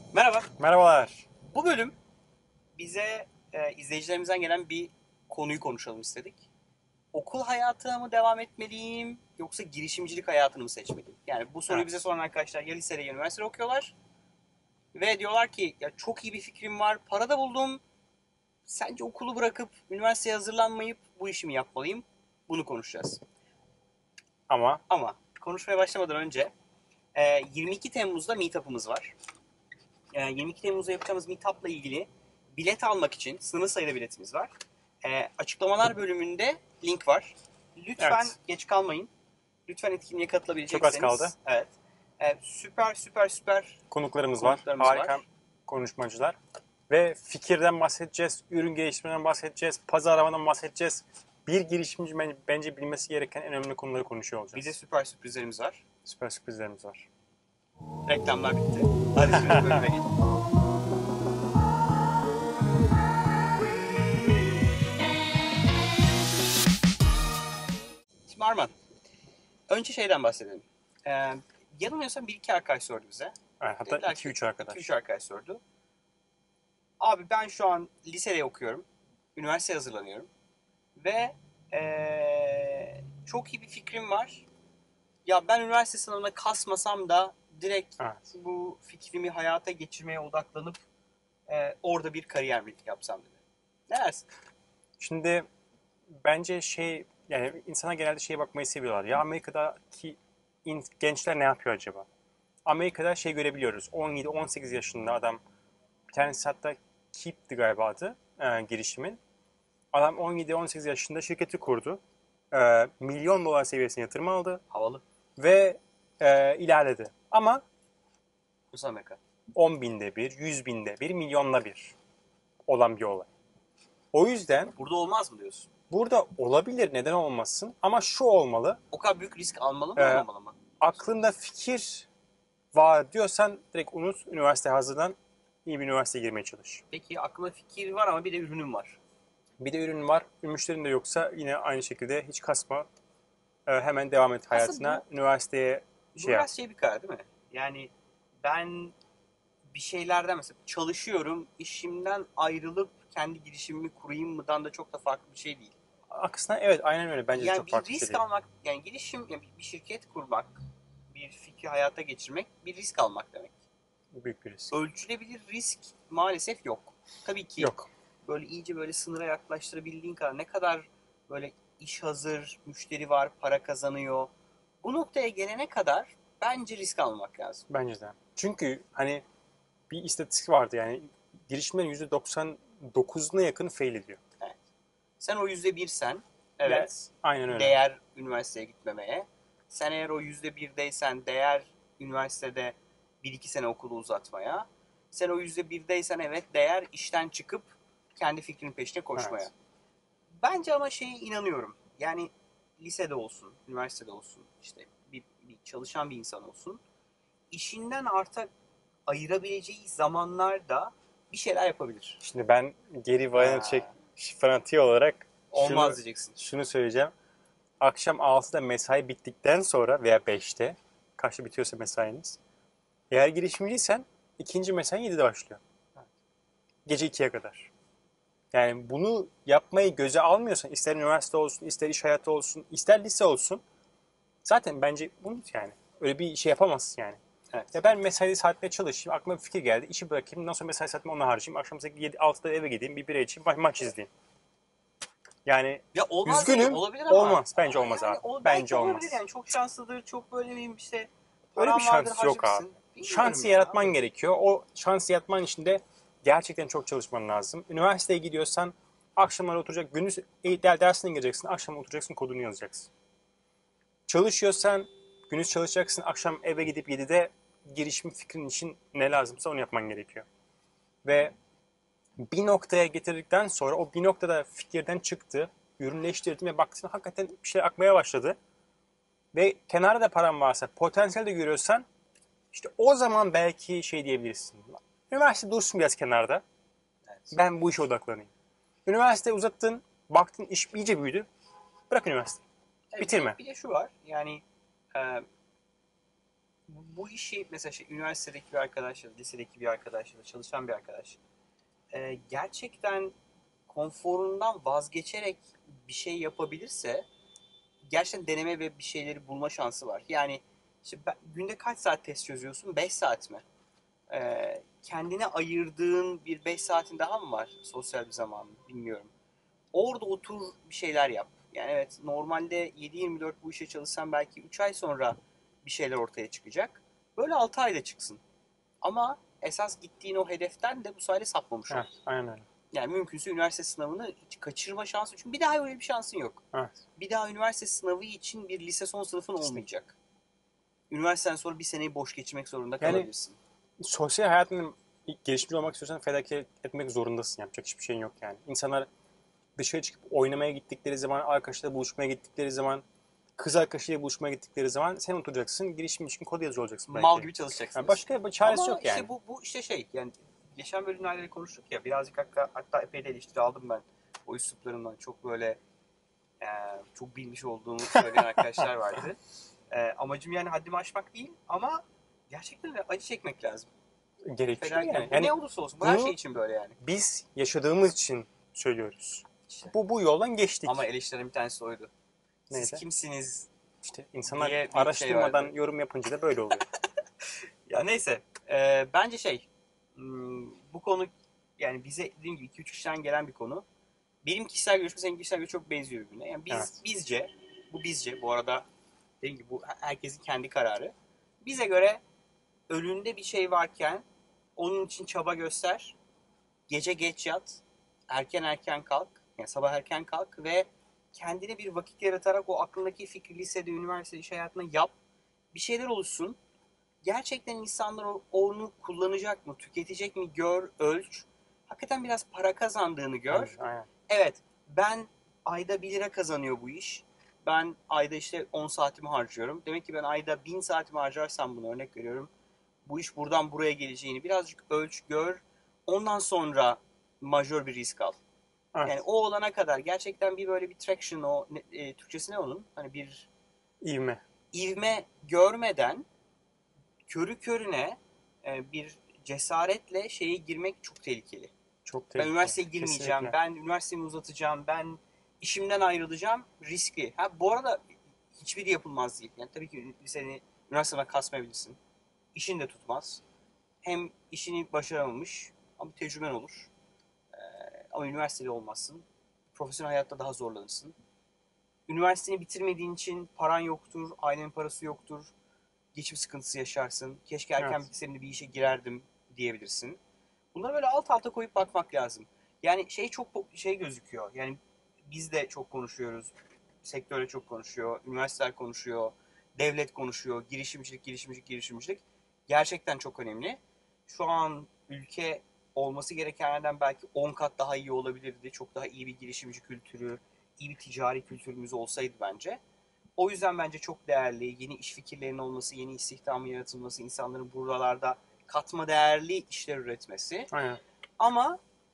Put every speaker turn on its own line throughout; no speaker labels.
Merhaba.
Merhabalar.
Bu bölüm bize izleyicilerimizden gelen bir konuyu konuşalım istedik. Okul hayatına mı devam etmeliyim yoksa girişimcilik hayatını mı seçmeliyim? Yani bu soruyu bize
Evet.
soran arkadaşlar ya lisede ya üniversitede okuyorlar ve diyorlar ki ya çok iyi bir fikrim var, para da buldum. Sence okulu bırakıp üniversiteye hazırlanmayıp bu işi mi yapmalıyım? Bunu konuşacağız.
Ama
Ama konuşmaya başlamadan önce 22 Temmuz'da meetup'ımız var. 22 Temmuz'da yapacağımız meetup'la ilgili bilet almak için sınırlı sayıda biletimiz var. Açıklamalar bölümünde link var. Lütfen
evet.
geç kalmayın. Lütfen etkinliğe
Çok az kaldı.
katılabilecekseniz. Evet. Süper süper süper
Konuklarımız var.
konuklarımız
Harika
var.
konuşmacılar. Ve fikirden bahsedeceğiz, ürün geliştirmeden bahsedeceğiz, pazarlamadan bahsedeceğiz. Bir girişimci bence bilmesi gereken en önemli konuları konuşuyor
Bir de
olacağız.
süper sürprizlerimiz var.
Süper sürprizlerimiz var.
Reklamlar bitti. Hadi şimdi bölüme geçelim. Şimdi Arman, önce şeyden bahsedelim. Ee, Yanılmıyorsam bir iki arkadaş sordu bize.
Yani hatta
Dediler
iki
ki,
üç arkadaş.
2-3 arkadaş sordu. Abi ben şu an lisede okuyorum. Üniversiteye hazırlanıyorum. Ve çok iyi bir fikrim var. Ya ben üniversite sınavına kasmasam da direkt
Evet.
bu fikrimi hayata geçirmeye odaklanıp orada bir kariyer mi yapsam dedi. Ne dersin?
Şimdi bence yani insana genelde şeye bakmayı seviyorlar. Ya Amerika'daki gençler ne yapıyor acaba? Amerika'da görebiliyoruz. 17-18 yaşında adam. Bir tanesi hatta Keep'ti galiba adı girişimin. Adam 17-18 yaşında şirketi kurdu. Milyon dolar seviyesine yatırım aldı
Havalı.
ve ilerledi. Ama
Bursa Amerika.
10 binde bir, 100 binde bir, milyonda bir olan bir olay. O yüzden
Burada olmaz mı diyorsun?
burada olabilir, neden olmasın, ama şu olmalı.
O kadar büyük risk almalı mı
E,
almamalı mı?
Aklında fikir var diyorsan direkt unut, üniversite hazırlan, iyi bir üniversiteye girmeye çalış.
Peki aklımda fikir var ama bir de ürünüm var.
Bir de ürün var, müşterin de yoksa yine aynı şekilde hiç kasma. Hemen devam et
Aslında
hayatına. Üniversiteye
bu
yap.
biraz bir karar değil mi? Yani ben bir şeylerden mesela çalışıyorum, işimden ayrılıp kendi girişimimi kurayım mıdan da çok da farklı bir şey değil.
Aksine evet, aynen öyle. Bence de
Yani
çok
bir
farklı bir şey
risk
değil.
almak, yani girişim, yani bir şirket kurmak, bir fikri hayata geçirmek bir risk almak demek.
Büyük bir risk.
Ölçülebilir risk maalesef yok. Tabii ki
Yok.
böyle iyice böyle sınıra yaklaştırabildiğin kadar ne kadar böyle iş hazır, müşteri var, para kazanıyor. Bu noktaya gelene kadar bence risk almak lazım.
Bence de. Çünkü hani bir istatistik vardı, yani girişimlerin %99'una yakın fail ediyor.
Evet. Sen o %1'sen,
Yani
evet,
aynen öyle.
değer üniversiteye gitmemeye. Sen eğer o %1'deysen değer üniversitede bir iki sene okulu uzatmaya. Sen o %1'deysen evet değer işten çıkıp kendi fikrinin peşine koşmaya.
Evet.
Bence ama şeye inanıyorum. Yani lisede olsun, üniversitede olsun, işte bir çalışan bir insan olsun. İşinden artık ayırabileceği zamanlarda bir şeyler yapabilir.
Şimdi ben Gary Vaynerchuk
Ha,
fanatiği olarak
olmaz diyeceksin.
şunu söyleyeceğim. Akşam 6'da mesai bittikten sonra veya 5'te, kaçta bitiyorsa mesainiz, eğer girişimciysen ikinci mesain 7'de başlıyor. Gece 2'ye kadar. Yani bunu yapmayı göze almıyorsan, ister üniversite olsun, ister iş hayatı olsun, ister lise olsun, zaten bence unut yani. Öyle bir şey yapamazsın yani.
Evet.
Ya ben mesai saatinde çalışayım, aklıma bir fikir geldi, işi bırakayım, ondan sonra mesai saatimi ona harcayayım, akşam 6'da eve gideyim, bir bira içeyim, maç izleyeyim. Yani
Ya olmaz değil,
üzgünüm,
olabilir ama
olmaz. Bence olmaz
yani
abi.
belki
Bence
olabilir
olmaz.
yani çok şanslıdır, çok böyle bir işte
Öyle bir
param vardır
şans yok abi.
harcamışsın. Bilmiyorum
Şansı
ya
yaratman
abi.
gerekiyor. O şansı yaratman için de gerçekten çok çalışman lazım. Üniversiteye gidiyorsan akşamları oturacak, gündüz dersine gireceksin, akşam oturacaksın, kodunu yazacaksın. Çalışıyorsan gündüz çalışacaksın, akşam eve gidip 7'de girişim fikrin için ne lazımsa onu yapman gerekiyor. Ve bir noktaya getirdikten sonra o bir noktada fikirden çıktı, ürünleştirdin ve baktın hakikaten bir şey akmaya başladı. Ve kenarda da paran varsa, potansiyel de görüyorsan, işte o zaman belki diyebilirsin. Üniversite dursun biraz kenarda.
Evet.
Ben bu işe odaklanayım. Üniversite uzattın, baktın iş iyice büyüdü. Bırak üniversiteyi.
Evet,
Bitirme.
bir de şu var yani e, bu işi mesela üniversitedeki bir arkadaş ya da lisedeki bir arkadaş ya da çalışan bir arkadaş gerçekten konforundan vazgeçerek bir şey yapabilirse gerçekten deneme ve bir şeyleri bulma şansı var. Yani işte günde kaç saat test çözüyorsun? 5 saat mi? Kendine ayırdığın bir 5 saatin daha mı var sosyal bir zaman mı? Bilmiyorum. Orada otur bir şeyler yap. Yani evet normalde 7-24 bu işe çalışsan belki 3 ay sonra bir şeyler ortaya çıkacak. Böyle 6 ayda çıksın. Ama esas gittiğin o hedeften de bu sayede sapmamış ol.
Evet, aynen öyle.
Yani mümkünse üniversite sınavını hiç kaçırma şansı. Çünkü bir daha öyle bir şansın yok.
Evet.
Bir daha üniversite sınavı için bir lise son sınıfın
Kesinlikle.
olmayacak. Üniversiteden sonra bir seneyi boş geçirmek zorunda
Yani
kalabilirsin.
sosyal hayatın gelişimci olmak istiyorsan fedakarlık etmek zorundasın. Yapacak hiçbir şeyin yok yani. İnsanlar dışarı çıkıp oynamaya gittikleri zaman, arkadaşlarıyla buluşmaya gittikleri zaman, kız arkadaşıyla buluşmaya gittikleri zaman sen oturacaksın, girişim için kod yazıyor olacaksın
Mal
belki.
gibi çalışacaksın
Yani
diyorsun.
başka bir çaresi
Ama
yok yani.
işte bu işte yani geçen bölümlerde konuştuk ya birazcık hatta epey de eleştiri aldım ben o üsluplarından. Çok böyle e, çok bilmiş olduğumu söyleyen arkadaşlar vardı. Amacım yani haddimi aşmak değil ama gerçekten de acı çekmek lazım.
Gerekiyor yani.
Bu
Yani
ne olursa olsun bu her şey
bunu
için böyle yani.
biz yaşadığımız için söylüyoruz.
İşte.
Bu yoldan
Ama
geçtik.
eleştirilerin bir tanesi oydu. Siz
Neydi?
kimsiniz
İşte insanlar
diye bir şey
araştırmadan
vardı.
yorum yapınca da böyle oluyor.
Ya neyse. Bence bu konu yani bize dediğim gibi 2-3 kişiden gelen bir konu. Benim kişisel görüşüm senin kişisel görüşü çok benziyor birbirine. Yani
Evet.
bizce bu arada dediğim gibi bu herkesin kendi kararı. Bize göre önünde bir şey varken onun için çaba göster. Gece geç yat. Erken kalk. Yani sabah erken kalk ve kendine bir vakit yaratarak o aklındaki fikri lisede, üniversite, iş hayatında yap. Bir şeyler oluşsun. Gerçekten insanlar onu kullanacak mı, tüketecek mi gör, ölç. Hakikaten biraz para kazandığını
Bence
gör.
aynen.
Evet, ben ayda 1 lira kazanıyor bu iş. Ben ayda işte 10 saatimi harcıyorum. Demek ki ben ayda 1000 saatimi harcarsam bunu örnek veriyorum. Bu iş buradan buraya geleceğini birazcık ölç, gör. Ondan sonra majör bir risk al. Yani
Evet.
o olana kadar gerçekten bir böyle bir traction Türkçesi ne onun? Hani bir
İvme.
ivme görmeden körü körüne bir cesaretle şeye girmek çok tehlikeli.
Çok
Ben
tehlikeli.
üniversiteye girmeyeceğim,
Kesinlikle.
ben üniversitemi uzatacağım, ben işimden ayrılacağım riskli. Ha bu arada hiçbiri yapılmaz değil. Yani tabii ki seni üniversiteden kasmayabilirsin. İşin de tutmaz. Hem işini başaramamış ama tecrüben olur. Ama üniversiteli olmazsın. Profesyonel hayatta daha zorlanırsın. Üniversiteni bitirmediğin için paran yoktur, ailenin parası yoktur. Geçim sıkıntısı yaşarsın. Keşke erken
Evet.
bitseydim de bir işe girerdim diyebilirsin. Bunları böyle alt alta koyup bakmak lazım. Yani çok şey gözüküyor. Yani biz de çok konuşuyoruz. Sektörde çok konuşuyor. Üniversiteler konuşuyor. Devlet konuşuyor. Girişimcilik. Gerçekten çok önemli. Şu an ülke olması gerekenlerden belki 10 kat daha iyi olabilirdi. Çok daha iyi bir girişimci kültürü, iyi bir ticari kültürümüz olsaydı bence. O yüzden bence çok değerli. Yeni iş fikirlerinin olması, yeni istihdamın yaratılması, insanların buralarda katma değerli işler üretmesi.
Aynen.
Ama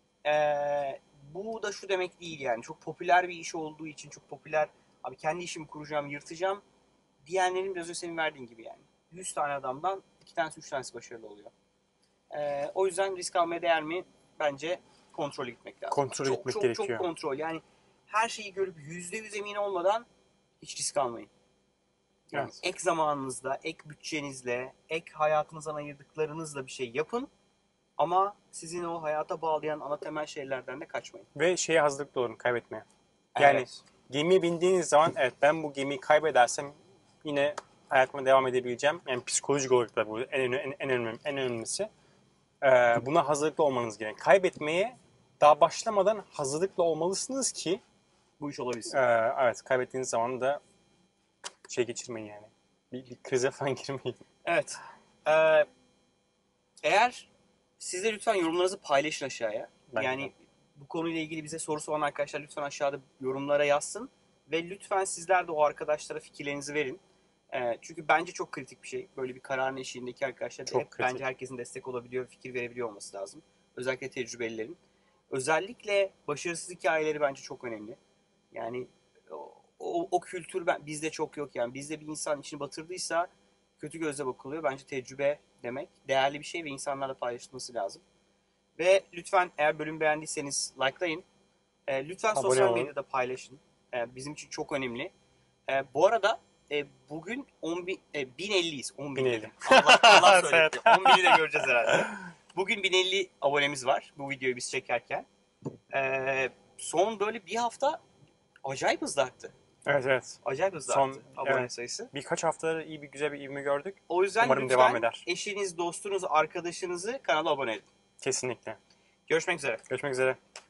bu da şu demek değil yani. Çok popüler bir iş olduğu için çok popüler. Abi kendi işimi kuracağım, yırtacağım diyenlerin biraz önce senin verdiğin gibi yani. 100 tane adamdan 2 tanesi 3 tanesi başarılı oluyor. O yüzden risk almaya değer mi? Bence kontrol gitmek lazım.
Kontrol
Çok
etmek
çok çok
gerekiyor.
kontrol. Yani her şeyi görüp %100 emin olmadan hiç risk almayın. Yani
Evet.
ek zamanınızla, ek bütçenizle, ek hayatınızdan ayırdıklarınızla bir şey yapın. Ama sizin o hayata bağlayan ana temel şeylerden de kaçmayın.
Ve şeye hazırlıklı olun kaybetmeye. Yani
Evet.
gemiye bindiğiniz zaman evet ben bu gemiyi kaybedersem yine hayatıma devam edebileceğim. Yani psikolojik olarak da bu en önemlisi. Buna hazırlıklı olmanız gerek. Kaybetmeye daha başlamadan hazırlıklı olmalısınız ki
Bu iş
e,
olabilsin.
evet kaybettiğiniz zaman da şey geçirmeyin yani. Bir krize falan girmeyin.
Evet. Ee, Eğer siz de lütfen yorumlarınızı paylaşın aşağıya.
Bence de.
Yani bu konuyla ilgili bize sorusu olan arkadaşlar lütfen aşağıda yorumlara yazsın. Ve lütfen sizler de o arkadaşlara fikirlerinizi verin. Çünkü bence çok kritik bir şey. Böyle bir kararın eşiğindeki arkadaşlar da hep
Çok
bence
kritik.
herkesin destek olabiliyor, fikir verebiliyor olması lazım. Özellikle tecrübelilerin. Özellikle başarısız hikayeleri bence çok önemli. Yani o kültür bizde çok yok yani. Bizde bir insan içini batırdıysa kötü gözle bakılıyor. Bence tecrübe demek değerli bir şey ve insanlarla paylaşılması lazım. Ve lütfen eğer bölümü beğendiyseniz likelayın. Lütfen
Abone
sosyal
olun.
medyada paylaşın. Bizim için çok önemli. Bu arada bugün 1050'yiz. 10.000
1050.
dedim. Allah
Evet.
söyletti. 10.000'i de göreceğiz herhalde. Bugün 1050 abonemiz var bu videoyu biz çekerken. Son böyle bir hafta acayip hızlı arttı.
Evet.
Acayip hızlı
Son,
arttı abone
evet.
sayısı.
Birkaç hafta güzel bir ivme gördük.
O yüzden
Umarım
lütfen
devam eder.
eşiniz, dostunuz, arkadaşınızı kanala abone edin.
Kesinlikle.
Görüşmek üzere.
Görüşmek üzere.